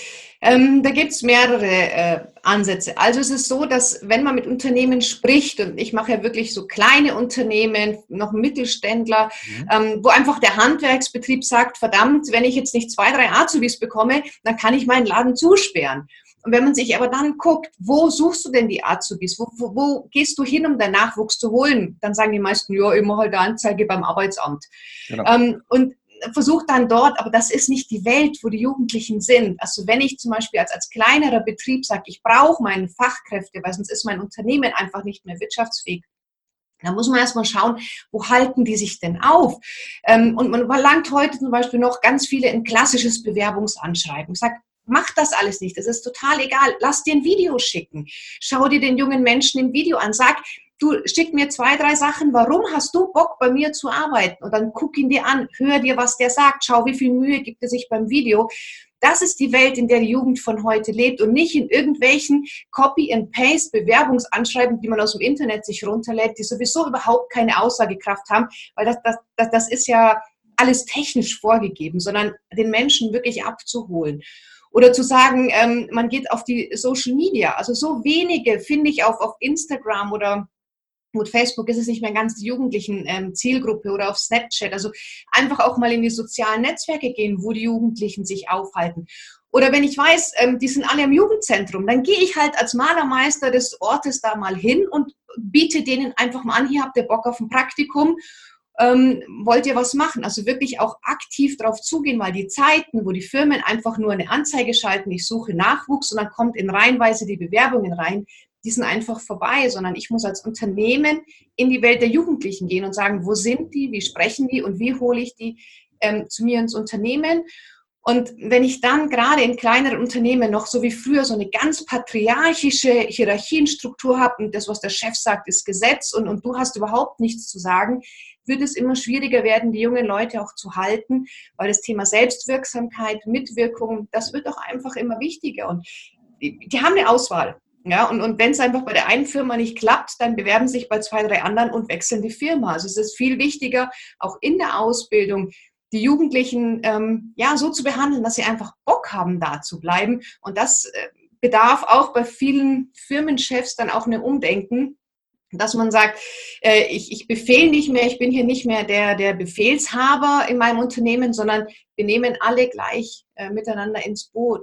Ähm, da gibt es mehrere äh, Ansätze. Also es ist so, dass wenn man mit Unternehmen spricht, und ich mache ja wirklich so kleine Unternehmen, noch Mittelständler, mhm. ähm, wo einfach der Handwerksbetrieb sagt, verdammt, wenn ich jetzt nicht zwei, drei Azubis bekomme, dann kann ich meinen Laden zusperren. Und wenn man sich aber dann guckt, wo suchst du denn die Azubis? Wo, wo, wo gehst du hin, um deinen Nachwuchs zu holen? Dann sagen die meisten, ja, ich mache halt eine Anzeige beim Arbeitsamt. Genau. Ähm, und versucht dann dort, aber das ist nicht die Welt, wo die Jugendlichen sind. Also wenn ich zum Beispiel als, als kleinerer Betrieb sage, ich brauche meine Fachkräfte, weil sonst ist mein Unternehmen einfach nicht mehr wirtschaftsfähig, dann muss man erstmal schauen, wo halten die sich denn auf? Und man verlangt heute zum Beispiel noch ganz viele ein klassisches Bewerbungsanschreiben. Ich sage, mach das alles nicht, das ist total egal. Lass dir ein Video schicken. Schau dir den jungen Menschen im Video an. Sag, du schick mir zwei, drei Sachen, warum hast du Bock, bei mir zu arbeiten? Und dann guck ihn dir an, hör dir, was der sagt, schau, wie viel Mühe gibt er sich beim Video. Das ist die Welt, in der die Jugend von heute lebt und nicht in irgendwelchen Copy-and-Paste-Bewerbungsanschreiben, die man aus dem Internet sich runterlädt, die sowieso überhaupt keine Aussagekraft haben, weil das, das, das, das ist ja alles technisch vorgegeben, sondern den Menschen wirklich abzuholen. Oder zu sagen, ähm, man geht auf die Social Media. Also so wenige finde ich auf, auf Instagram oder gut, Facebook ist es nicht mehr ganz die jugendlichen ähm, Zielgruppe oder auf Snapchat. Also einfach auch mal in die sozialen Netzwerke gehen, wo die Jugendlichen sich aufhalten. Oder wenn ich weiß, ähm, die sind alle im Jugendzentrum, dann gehe ich halt als Malermeister des Ortes da mal hin und biete denen einfach mal an, hier habt ihr Bock auf ein Praktikum. Ähm, wollt ihr was machen? Also wirklich auch aktiv drauf zugehen, weil die Zeiten, wo die Firmen einfach nur eine Anzeige schalten, ich suche Nachwuchs und dann kommt in reihenweise die Bewerbungen rein, die sind einfach vorbei, sondern ich muss als Unternehmen in die Welt der Jugendlichen gehen und sagen, wo sind die, wie sprechen die und wie hole ich die ähm, zu mir ins Unternehmen? Und wenn ich dann gerade in kleineren Unternehmen noch so wie früher so eine ganz patriarchische Hierarchienstruktur habe und das, was der Chef sagt, ist Gesetz und, und du hast überhaupt nichts zu sagen, wird es immer schwieriger werden, die jungen Leute auch zu halten, weil das Thema Selbstwirksamkeit, Mitwirkung, das wird auch einfach immer wichtiger. Und die, die haben eine Auswahl. Ja, und, und wenn es einfach bei der einen Firma nicht klappt, dann bewerben sich bei zwei, drei anderen und wechseln die Firma. Also es ist viel wichtiger, auch in der Ausbildung, die Jugendlichen ähm, ja, so zu behandeln, dass sie einfach Bock haben, da zu bleiben. Und das äh, bedarf auch bei vielen Firmenchefs dann auch einem Umdenken, dass man sagt, äh, ich, ich befehle nicht mehr, ich bin hier nicht mehr der, der Befehlshaber in meinem Unternehmen, sondern wir nehmen alle gleich äh, miteinander ins Boot.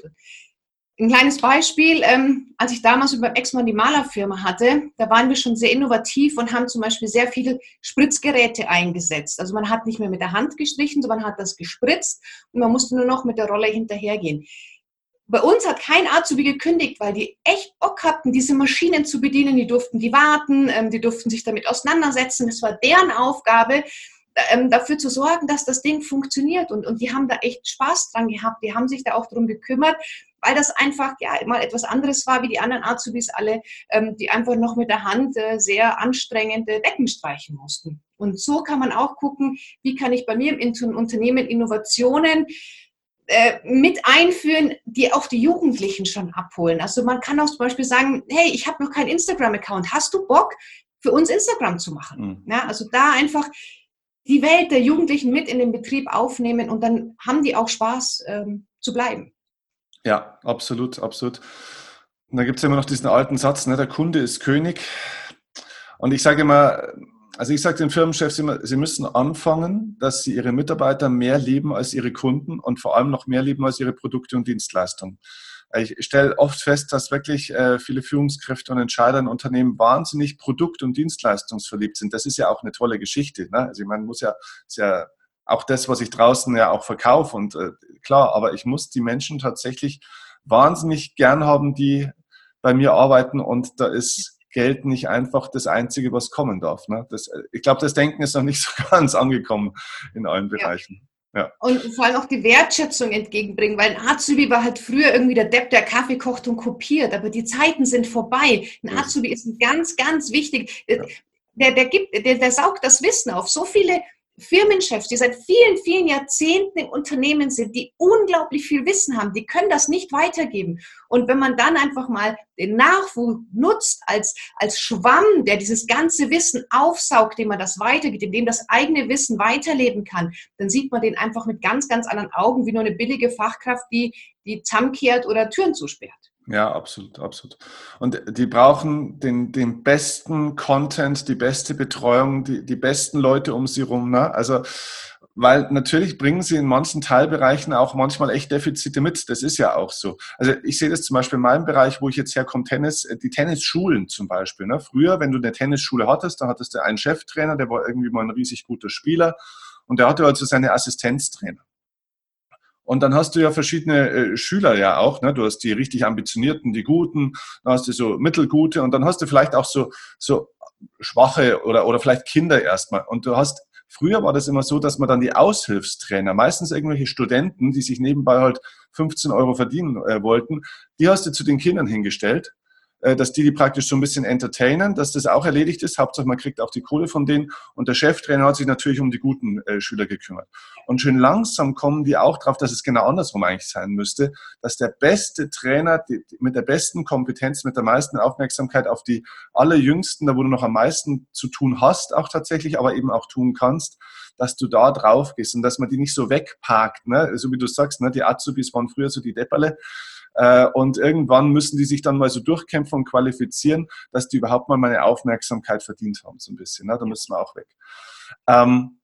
Ein kleines Beispiel, ähm, als ich damals über Exmann die Malerfirma hatte, da waren wir schon sehr innovativ und haben zum Beispiel sehr viele Spritzgeräte eingesetzt. Also man hat nicht mehr mit der Hand gestrichen, sondern man hat das gespritzt und man musste nur noch mit der Rolle hinterhergehen. Bei uns hat kein Azubi gekündigt, weil die echt Bock hatten, diese Maschinen zu bedienen. Die durften die warten, ähm, die durften sich damit auseinandersetzen. Das war deren Aufgabe, ähm, dafür zu sorgen, dass das Ding funktioniert. Und, und die haben da echt Spaß dran gehabt. Die haben sich da auch drum gekümmert, weil das einfach ja mal etwas anderes war, wie die anderen Azubis alle, ähm, die einfach noch mit der Hand äh, sehr anstrengende Decken streichen mussten. Und so kann man auch gucken, wie kann ich bei mir im Unternehmen Innovationen äh, mit einführen, die auch die Jugendlichen schon abholen. Also man kann auch zum Beispiel sagen, hey, ich habe noch keinen Instagram-Account. Hast du Bock, für uns Instagram zu machen? Mhm. Ja, also da einfach die Welt der Jugendlichen mit in den Betrieb aufnehmen und dann haben die auch Spaß ähm, zu bleiben. Ja, absolut, absolut. Und da gibt es immer noch diesen alten Satz, ne, der Kunde ist König. Und ich sage immer, also ich sage den Firmenchefs immer, sie müssen anfangen, dass sie ihre Mitarbeiter mehr lieben als ihre Kunden und vor allem noch mehr lieben als ihre Produkte und Dienstleistungen. Ich stelle oft fest, dass wirklich äh, viele Führungskräfte und Entscheider in Unternehmen wahnsinnig produkt- und dienstleistungsverliebt sind. Das ist ja auch eine tolle Geschichte. Ne? Also ich meine, muss ja, ist ja auch das, was ich draußen ja auch verkaufe. Und äh, klar, aber ich muss die Menschen tatsächlich wahnsinnig gern haben, die bei mir arbeiten. Und da ist Geld nicht einfach das Einzige, was kommen darf. Ne? Das, ich glaube, das Denken ist noch nicht so ganz angekommen in allen Bereichen. Ja. Ja. Und vor allem auch die Wertschätzung entgegenbringen, weil ein Azubi war halt früher irgendwie der Depp, der Kaffee kocht und kopiert, aber die Zeiten sind vorbei. Ein Azubi ist ein ganz, ganz wichtig, ja. der, der, gibt, der, der saugt das Wissen auf. So viele Firmenchefs, die seit vielen, vielen Jahrzehnten im Unternehmen sind, die unglaublich viel Wissen haben, die können das nicht weitergeben. Und wenn man dann einfach mal den Nachwuchs nutzt als, als Schwamm, der dieses ganze Wissen aufsaugt, dem man das weitergibt, in dem das eigene Wissen weiterleben kann, dann sieht man den einfach mit ganz, ganz anderen Augen wie nur eine billige Fachkraft, die, die zusammenkehrt oder Türen zusperrt. Ja, absolut, absolut. Und die brauchen den, den besten Content, die beste Betreuung, die, die besten Leute um sie rum. Ne? Also, weil natürlich bringen sie in manchen Teilbereichen auch manchmal echt Defizite mit. Das ist ja auch so. Also ich sehe das zum Beispiel in meinem Bereich, wo ich jetzt herkomme, Tennis, die Tennisschulen zum Beispiel. Ne? Früher, wenn du eine Tennisschule hattest, dann hattest du einen Cheftrainer, der war irgendwie mal ein riesig guter Spieler und der hatte also seine Assistenztrainer. Und dann hast du ja verschiedene äh, Schüler ja auch, ne? Du hast die richtig ambitionierten, die Guten, dann hast du so mittelgute und dann hast du vielleicht auch so, so schwache oder, oder vielleicht Kinder erstmal. Und du hast, früher war das immer so, dass man dann die Aushilfstrainer, meistens irgendwelche Studenten, die sich nebenbei halt fünfzehn Euro verdienen äh, wollten, die hast du zu den Kindern hingestellt, dass die die praktisch so ein bisschen entertainen, dass das auch erledigt ist. Hauptsache, man kriegt auch die Kohle von denen. Und der Cheftrainer hat sich natürlich um die guten äh, Schüler gekümmert. Und schön langsam kommen die auch drauf, dass es genau andersrum eigentlich sein müsste, dass der beste Trainer die, mit der besten Kompetenz, mit der meisten Aufmerksamkeit auf die allerjüngsten, da wo du noch am meisten zu tun hast, auch tatsächlich, aber eben auch tun kannst, dass du da drauf gehst und dass man die nicht so wegparkt. Ne? So wie du sagst, ne? Die Azubis waren früher so die Depperle. Und irgendwann müssen die sich dann mal so durchkämpfen und qualifizieren, dass die überhaupt mal meine Aufmerksamkeit verdient haben, so ein bisschen. Ne? Da müssen wir auch weg. Ähm,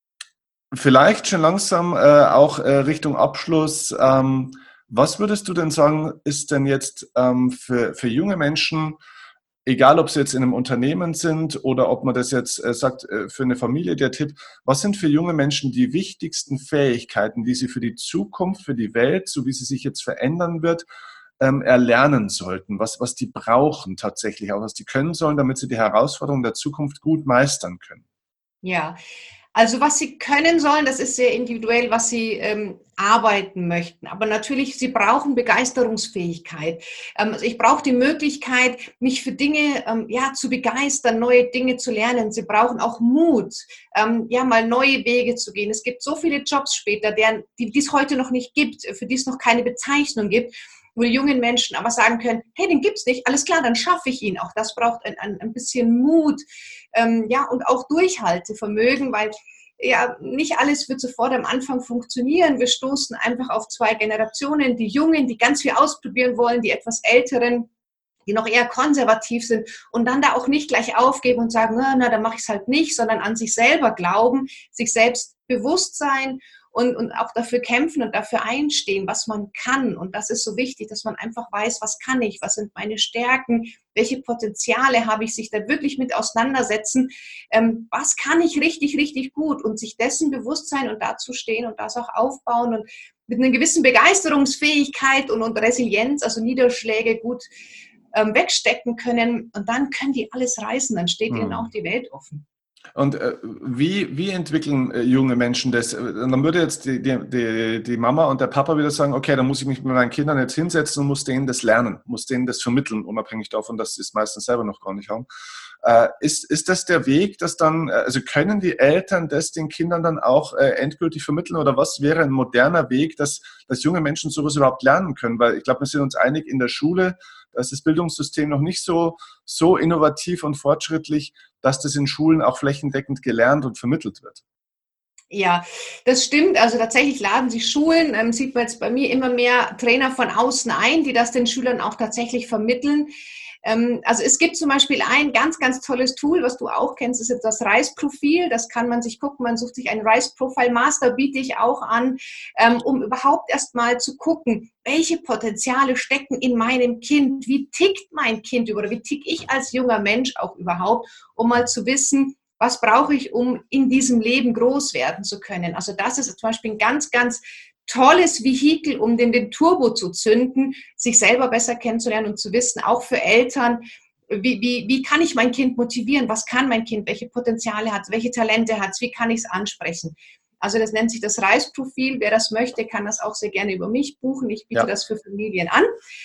vielleicht schon langsam äh, auch äh, Richtung Abschluss. Ähm, was würdest du denn sagen, ist denn jetzt ähm, für, für junge Menschen, egal ob sie jetzt in einem Unternehmen sind oder ob man das jetzt äh, sagt, äh, für eine Familie, der Tipp, was sind für junge Menschen die wichtigsten Fähigkeiten, die sie für die Zukunft, für die Welt, so wie sie sich jetzt verändern wird, ähm, erlernen sollten, was, was die brauchen tatsächlich, auch was die können sollen, damit sie die Herausforderungen der Zukunft gut meistern können? Ja, also was sie können sollen, das ist sehr individuell, was sie ähm, arbeiten möchten. Aber natürlich, sie brauchen Begeisterungsfähigkeit. Ähm, also ich brauche die Möglichkeit, mich für Dinge ähm, ja, zu begeistern, neue Dinge zu lernen. Sie brauchen auch Mut, ähm, ja, mal neue Wege zu gehen. Es gibt so viele Jobs später, deren, die, die es heute noch nicht gibt, für die es noch keine Bezeichnung gibt, wo die jungen Menschen aber sagen können, hey, den gibt's nicht, alles klar, dann schaffe ich ihn. Auch das braucht ein, ein, ein bisschen Mut, ähm, ja, und auch Durchhaltevermögen, weil ja, nicht alles wird sofort am Anfang funktionieren. Wir stoßen einfach auf zwei Generationen, die Jungen, die ganz viel ausprobieren wollen, die etwas Älteren, die noch eher konservativ sind und dann da auch nicht gleich aufgeben und sagen, na, na dann mache ich es halt nicht, sondern an sich selber glauben, sich selbst bewusst sein und, und auch dafür kämpfen und dafür einstehen, was man kann. Und das ist so wichtig, dass man einfach weiß, was kann ich, was sind meine Stärken, welche Potenziale habe ich, sich da wirklich mit auseinandersetzen, ähm, was kann ich richtig, richtig gut und sich dessen bewusst sein und dazu stehen und das auch aufbauen und mit einer gewissen Begeisterungsfähigkeit und, und Resilienz, also Niederschläge gut ähm, wegstecken können und dann können die alles reißen, dann steht ihnen auch die Welt offen. Und äh, wie, wie entwickeln äh, junge Menschen das? Dann würde jetzt die, die, die Mama und der Papa wieder sagen, okay, dann muss ich mich mit meinen Kindern jetzt hinsetzen und muss denen das lernen, muss denen das vermitteln, unabhängig davon, dass sie es meistens selber noch gar nicht haben. Äh, ist, ist das der Weg, dass dann, also können die Eltern das den Kindern dann auch äh, endgültig vermitteln oder was wäre ein moderner Weg, dass, dass junge Menschen sowas überhaupt lernen können? Weil ich glaube, wir sind uns einig, in der Schule, da ist das Bildungssystem noch nicht so, so innovativ und fortschrittlich, dass das in Schulen auch flächendeckend gelernt und vermittelt wird. Ja, das stimmt. Also tatsächlich laden sich Schulen, ähm, sieht man jetzt bei mir immer mehr Trainer von außen ein, die das den Schülern auch tatsächlich vermitteln. Ähm, also es gibt zum Beispiel ein ganz, ganz tolles Tool, was du auch kennst, ist jetzt das RISE-Profil. Das kann man sich gucken, man sucht sich ein RISE-Profile-Master, biete ich auch an, ähm, um überhaupt erst mal zu gucken, welche Potenziale stecken in meinem Kind, wie tickt mein Kind über, oder wie tick ich als junger Mensch auch überhaupt, um mal zu wissen, was brauche ich, um in diesem Leben groß werden zu können. Also das ist zum Beispiel ein ganz, ganz tolles Vehikel, um den, den Turbo zu zünden, sich selber besser kennenzulernen und zu wissen, auch für Eltern, wie, wie, wie kann ich mein Kind motivieren, was kann mein Kind, welche Potenziale hat es, welche Talente hat es, wie kann ich es ansprechen. Also das nennt sich das RISE-Profil. Wer das möchte, kann das auch sehr gerne über mich buchen. Ich biete Ja. das für Familien an.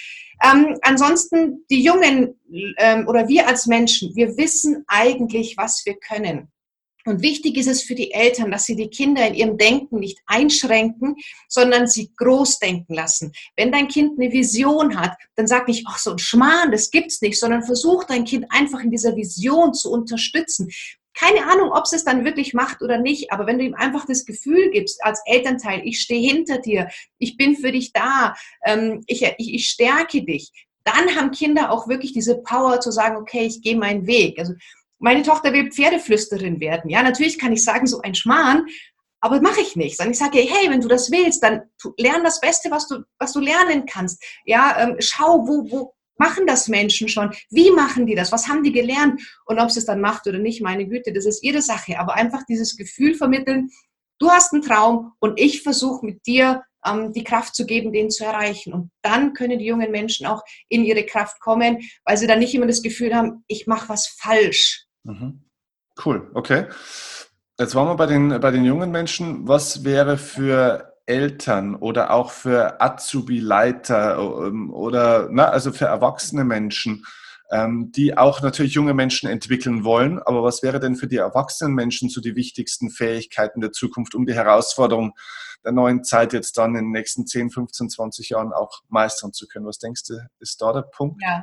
Ähm, ansonsten, die Jungen ähm, oder wir als Menschen, wir wissen eigentlich, was wir können. Und wichtig ist es für die Eltern, dass sie die Kinder in ihrem Denken nicht einschränken, sondern sie groß denken lassen. Wenn dein Kind eine Vision hat, dann sag nicht, ach so ein Schmarrn, das gibt's nicht, sondern versuch dein Kind einfach in dieser Vision zu unterstützen. Keine Ahnung, ob es es dann wirklich macht oder nicht, aber wenn du ihm einfach das Gefühl gibst, als Elternteil, ich stehe hinter dir, ich bin für dich da, ähm, ich, ich, ich stärke dich, dann haben Kinder auch wirklich diese Power zu sagen, okay, ich gehe meinen Weg. Also meine Tochter will Pferdeflüsterin werden. Ja, natürlich kann ich sagen, so ein Schmarrn, aber mache ich nicht. Sondern ich sage, hey, wenn du das willst, dann lern das Beste, was du, was du lernen kannst. Ja, ähm, schau, wo, wo machen das Menschen schon? Wie machen die das? Was haben die gelernt? Und ob sie es dann macht oder nicht, meine Güte, das ist ihre Sache. Aber einfach dieses Gefühl vermitteln, du hast einen Traum und ich versuche mit dir ähm, die Kraft zu geben, den zu erreichen. Und dann können die jungen Menschen auch in ihre Kraft kommen, weil sie dann nicht immer das Gefühl haben, ich mache was falsch. Mhm. Cool, okay. Jetzt waren wir bei den, bei den jungen Menschen. Was wäre für Eltern oder auch für Azubi-Leiter ähm, oder na, also für erwachsene Menschen, ähm, die auch natürlich junge Menschen entwickeln wollen, aber was wäre denn für die erwachsenen Menschen so die wichtigsten Fähigkeiten der Zukunft, um die Herausforderungen der neuen Zeit jetzt dann in den nächsten zehn, fünfzehn, zwanzig Jahren auch meistern zu können? Was denkst du, ist da der Punkt? Ja.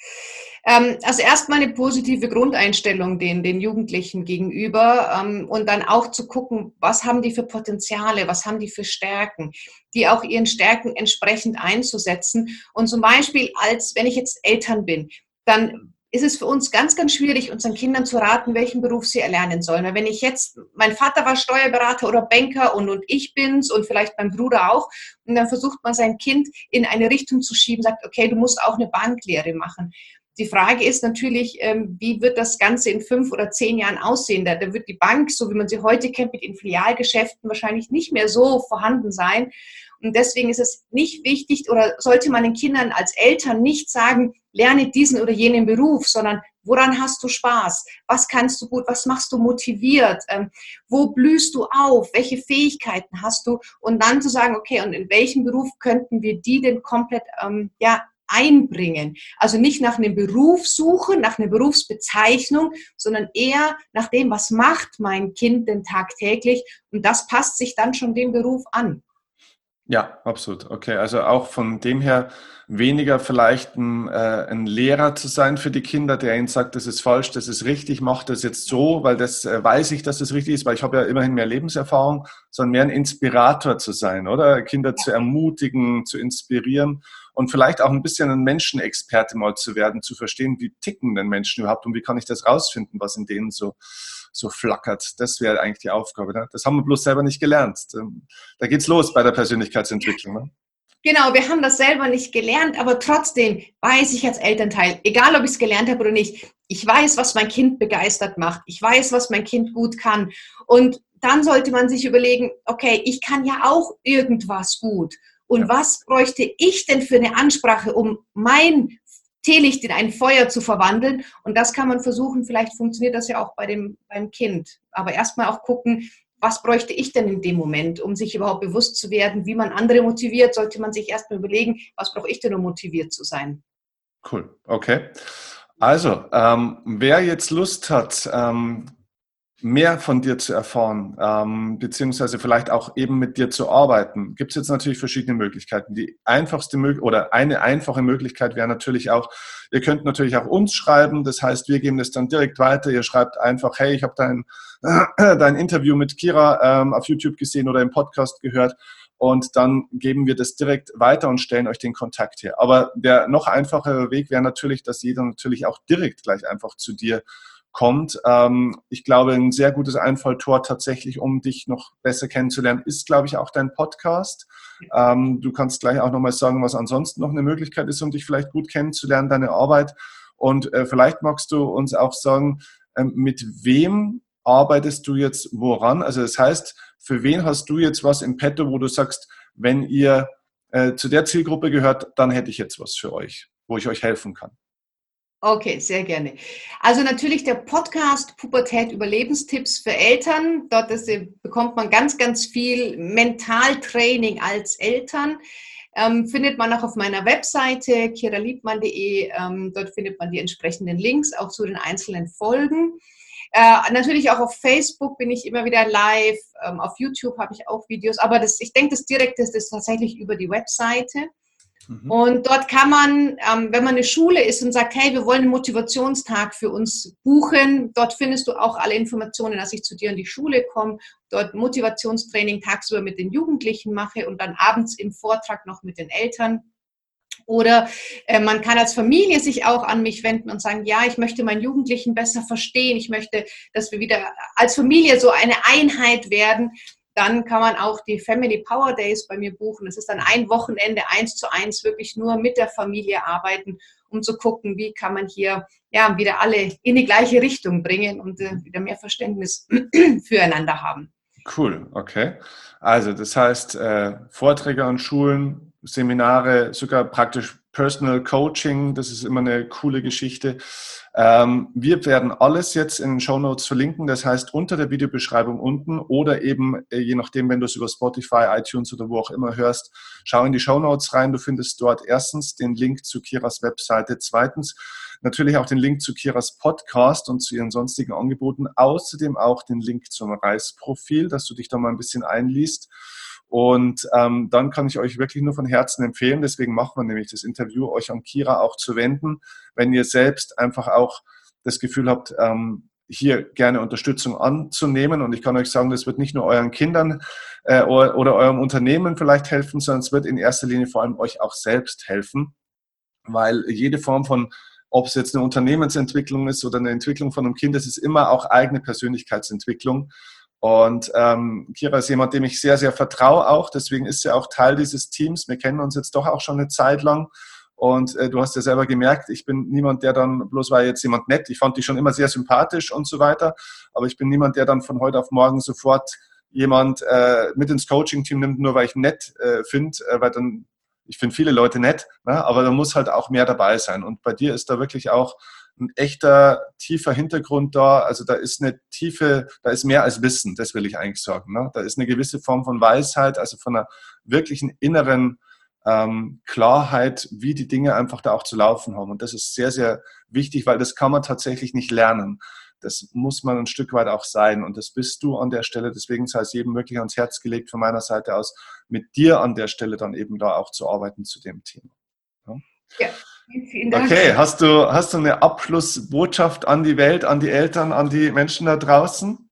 Ähm, also erstmal eine positive Grundeinstellung den, den Jugendlichen gegenüber ähm, und dann auch zu gucken, was haben die für Potenziale, was haben die für Stärken, die auch ihren Stärken entsprechend einzusetzen. Und zum Beispiel, als wenn ich jetzt Eltern bin, dann ist es für uns ganz, ganz schwierig, unseren Kindern zu raten, welchen Beruf sie erlernen sollen. Weil wenn ich jetzt, mein Vater war Steuerberater oder Banker und, und ich bin's und vielleicht mein Bruder auch, und dann versucht man sein Kind in eine Richtung zu schieben, sagt, okay, du musst auch eine Banklehre machen. Die Frage ist natürlich, wie wird das Ganze in fünf oder zehn Jahren aussehen? Da wird die Bank, so wie man sie heute kennt, mit den Filialgeschäften wahrscheinlich nicht mehr so vorhanden sein. Und deswegen ist es nicht wichtig oder sollte man den Kindern als Eltern nicht sagen, lerne diesen oder jenen Beruf, sondern woran hast du Spaß? Was kannst du gut? Was machst du motiviert? Ähm, wo blühst du auf? Welche Fähigkeiten hast du? Und dann zu sagen, okay, und in welchem Beruf könnten wir die denn komplett ähm, ja, einbringen? Also nicht nach einem Beruf suchen, nach einer Berufsbezeichnung, sondern eher nach dem, was macht mein Kind denn tagtäglich? Und das passt sich dann schon dem Beruf an. Ja, absolut. Okay, also auch von dem her weniger vielleicht ein, äh, ein Lehrer zu sein für die Kinder, der ihnen sagt, das ist falsch, das ist richtig, mach das jetzt so, weil das äh, weiß ich, dass das richtig ist, weil ich habe ja immerhin mehr Lebenserfahrung, sondern mehr ein Inspirator zu sein, oder? Kinder zu ermutigen, zu inspirieren und vielleicht auch ein bisschen ein Menschenexperte mal zu werden, zu verstehen, wie ticken denn Menschen überhaupt und wie kann ich das rausfinden, was in denen so so flackert. Das wäre eigentlich die Aufgabe. Ne? Das haben wir bloß selber nicht gelernt. Da geht's los bei der Persönlichkeitsentwicklung. Ne? Genau, wir haben das selber nicht gelernt, aber trotzdem weiß ich als Elternteil, egal ob ich es gelernt habe oder nicht, ich weiß, was mein Kind begeistert macht. Ich weiß, was mein Kind gut kann. Und dann sollte man sich überlegen, okay, ich kann ja auch irgendwas gut. Und ja. Was bräuchte ich denn für eine Ansprache, um mein Teelicht in ein Feuer zu verwandeln? Und das kann man versuchen, vielleicht funktioniert das ja auch bei dem, beim Kind. Aber erstmal auch gucken, was bräuchte ich denn in dem Moment, um sich überhaupt bewusst zu werden, wie man andere motiviert, sollte man sich erstmal überlegen, was brauche ich denn, um motiviert zu sein. Cool, okay. Also, ähm, wer jetzt Lust hat, ähm, mehr von dir zu erfahren, ähm, beziehungsweise vielleicht auch eben mit dir zu arbeiten, gibt es jetzt natürlich verschiedene Möglichkeiten. Die einfachste Möglichkeit oder eine einfache Möglichkeit wäre natürlich auch, ihr könnt natürlich auch uns schreiben, das heißt, wir geben das dann direkt weiter. Ihr schreibt einfach, hey, ich habe dein, äh, dein Interview mit Kira ähm, auf YouTube gesehen oder im Podcast gehört, und dann geben wir das direkt weiter und stellen euch den Kontakt her. Aber der noch einfachere Weg wäre natürlich, dass jeder natürlich auch direkt gleich einfach zu dir kommt. Ähm, ich glaube, ein sehr gutes Einfalltor tatsächlich, um dich noch besser kennenzulernen, ist, glaube ich, auch dein Podcast. Ähm, du kannst gleich auch nochmal sagen, was ansonsten noch eine Möglichkeit ist, um dich vielleicht gut kennenzulernen, deine Arbeit. Und äh, vielleicht magst du uns auch sagen, ähm, mit wem arbeitest du jetzt woran? Also das heißt, für wen hast du jetzt was im Petto, wo du sagst, wenn ihr äh, zu der Zielgruppe gehört, dann hätte ich jetzt was für euch, wo ich euch helfen kann. Okay, sehr gerne. Also natürlich der Podcast Pubertät Überlebenstipps für Eltern. Dort ist, bekommt man ganz, ganz viel Mentaltraining als Eltern. Ähm, findet man auch auf meiner Webseite kira liebmann punkt de. Ähm, dort findet man die entsprechenden Links auch zu den einzelnen Folgen. Äh, natürlich auch auf Facebook bin ich immer wieder live. Ähm, auf YouTube habe ich auch Videos. Aber das, ich denke, das Direkteste ist tatsächlich über die Webseite. Und dort kann man, ähm, wenn man eine Schule ist und sagt, hey, wir wollen einen Motivationstag für uns buchen, dort findest du auch alle Informationen, dass ich zu dir in die Schule komme, dort Motivationstraining tagsüber mit den Jugendlichen mache und dann abends im Vortrag noch mit den Eltern. Oder äh, man kann als Familie sich auch an mich wenden und sagen, ja, ich möchte meinen Jugendlichen besser verstehen, ich möchte, dass wir wieder als Familie so eine Einheit werden. Dann kann man auch die Family Power Days bei mir buchen. Das ist dann ein Wochenende, eins zu eins, wirklich nur mit der Familie arbeiten, um zu gucken, wie kann man hier ja wieder alle in die gleiche Richtung bringen und äh, wieder mehr Verständnis füreinander haben. Cool, okay. Also das heißt, äh, Vorträge an Schulen, Seminare, sogar praktisch Personal Coaching, das ist immer eine coole Geschichte. Ähm, wir werden alles jetzt in den Shownotes verlinken, das heißt unter der Videobeschreibung unten oder eben, äh, je nachdem, wenn du es über Spotify, iTunes oder wo auch immer hörst, schau in die Shownotes rein. Du findest dort erstens den Link zu Kiras Webseite, zweitens natürlich auch den Link zu Kiras Podcast und zu ihren sonstigen Angeboten, außerdem auch den Link zum Reisprofil, dass du dich da mal ein bisschen einliest. Und ähm, dann kann ich euch wirklich nur von Herzen empfehlen, deswegen machen wir nämlich das Interview, euch an Kira auch zu wenden, wenn ihr selbst einfach auch das Gefühl habt, ähm, hier gerne Unterstützung anzunehmen. Und ich kann euch sagen, das wird nicht nur euren Kindern äh, oder, oder eurem Unternehmen vielleicht helfen, sondern es wird in erster Linie vor allem euch auch selbst helfen, weil jede Form von, ob es jetzt eine Unternehmensentwicklung ist oder eine Entwicklung von einem Kind, das ist immer auch eigene Persönlichkeitsentwicklung. Und ähm, Kira ist jemand, dem ich sehr, sehr vertraue auch. Deswegen ist sie auch Teil dieses Teams. Wir kennen uns jetzt doch auch schon eine Zeit lang. Und äh, du hast ja selber gemerkt, ich bin niemand, der dann, bloß war jetzt jemand nett, ich fand dich schon immer sehr sympathisch und so weiter. Aber ich bin niemand, der dann von heute auf morgen sofort jemand äh, mit ins Coaching-Team nimmt, nur weil ich nett äh, finde. Äh, weil dann, ich finde viele Leute nett, ne? Aber da muss halt auch mehr dabei sein. Und bei dir ist da wirklich auch ein echter, tiefer Hintergrund da. Also da ist eine tiefe, da ist mehr als Wissen, das will ich eigentlich sagen. Ne? Da ist eine gewisse Form von Weisheit, also von einer wirklichen inneren ähm, Klarheit, wie die Dinge einfach da auch zu laufen haben. Und das ist sehr, sehr wichtig, weil das kann man tatsächlich nicht lernen. Das muss man ein Stück weit auch sein. Und das bist du an der Stelle. Deswegen sei es jedem wirklich ans Herz gelegt von meiner Seite aus, mit dir an der Stelle dann eben da auch zu arbeiten zu dem Thema. Ja. Ja, vielen Dank. Okay, hast du, hast du eine Abschlussbotschaft an die Welt, an die Eltern, an die Menschen da draußen?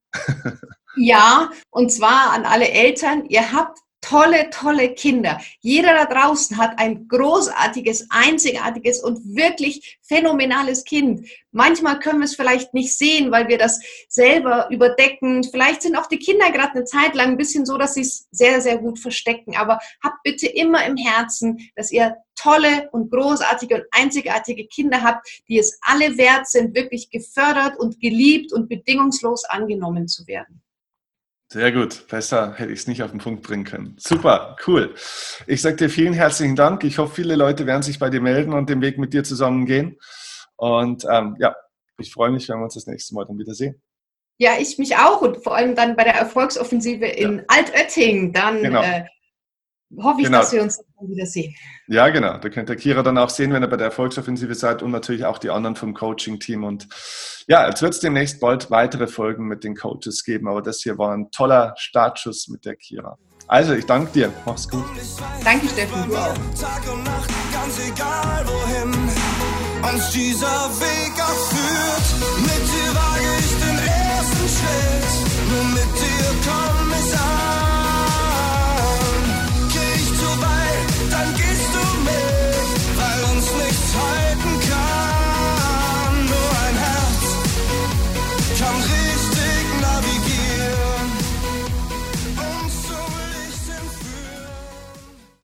Ja, und zwar an alle Eltern. Ihr habt tolle, tolle Kinder. Jeder da draußen hat ein großartiges, einzigartiges und wirklich phänomenales Kind. Manchmal können wir es vielleicht nicht sehen, weil wir das selber überdecken. Vielleicht sind auch die Kinder gerade eine Zeit lang ein bisschen so, dass sie es sehr, sehr gut verstecken. Aber habt bitte immer im Herzen, dass ihr tolle und großartige und einzigartige Kinder habt, die es alle wert sind, wirklich gefördert und geliebt und bedingungslos angenommen zu werden. Sehr gut, besser hätte ich es nicht auf den Punkt bringen können. Super, cool. Ich sage dir vielen herzlichen Dank. Ich hoffe, viele Leute werden sich bei dir melden und den Weg mit dir zusammen gehen. Und ähm, ja, ich freue mich, wenn wir uns das nächste Mal dann wieder sehen. Ja, ich mich auch und vor allem dann bei der Erfolgsoffensive in ja. Altötting. Dann genau. äh, hoffe ich, genau. dass wir uns wieder sehen. Ja, genau. Da könnt ihr Kira dann auch sehen, wenn ihr bei der Erfolgsoffensive seid und natürlich auch die anderen vom Coaching-Team. Und ja, jetzt wird es demnächst bald weitere Folgen mit den Coaches geben, aber das hier war ein toller Startschuss mit der Kira. Also, ich danke dir. Mach's gut. Danke, Steffen. Du auch. Tag und Nacht, ganz egal wohin uns dieser Weg auch führt. Mit dir wage ich den ersten Schritt, nur mit dir komm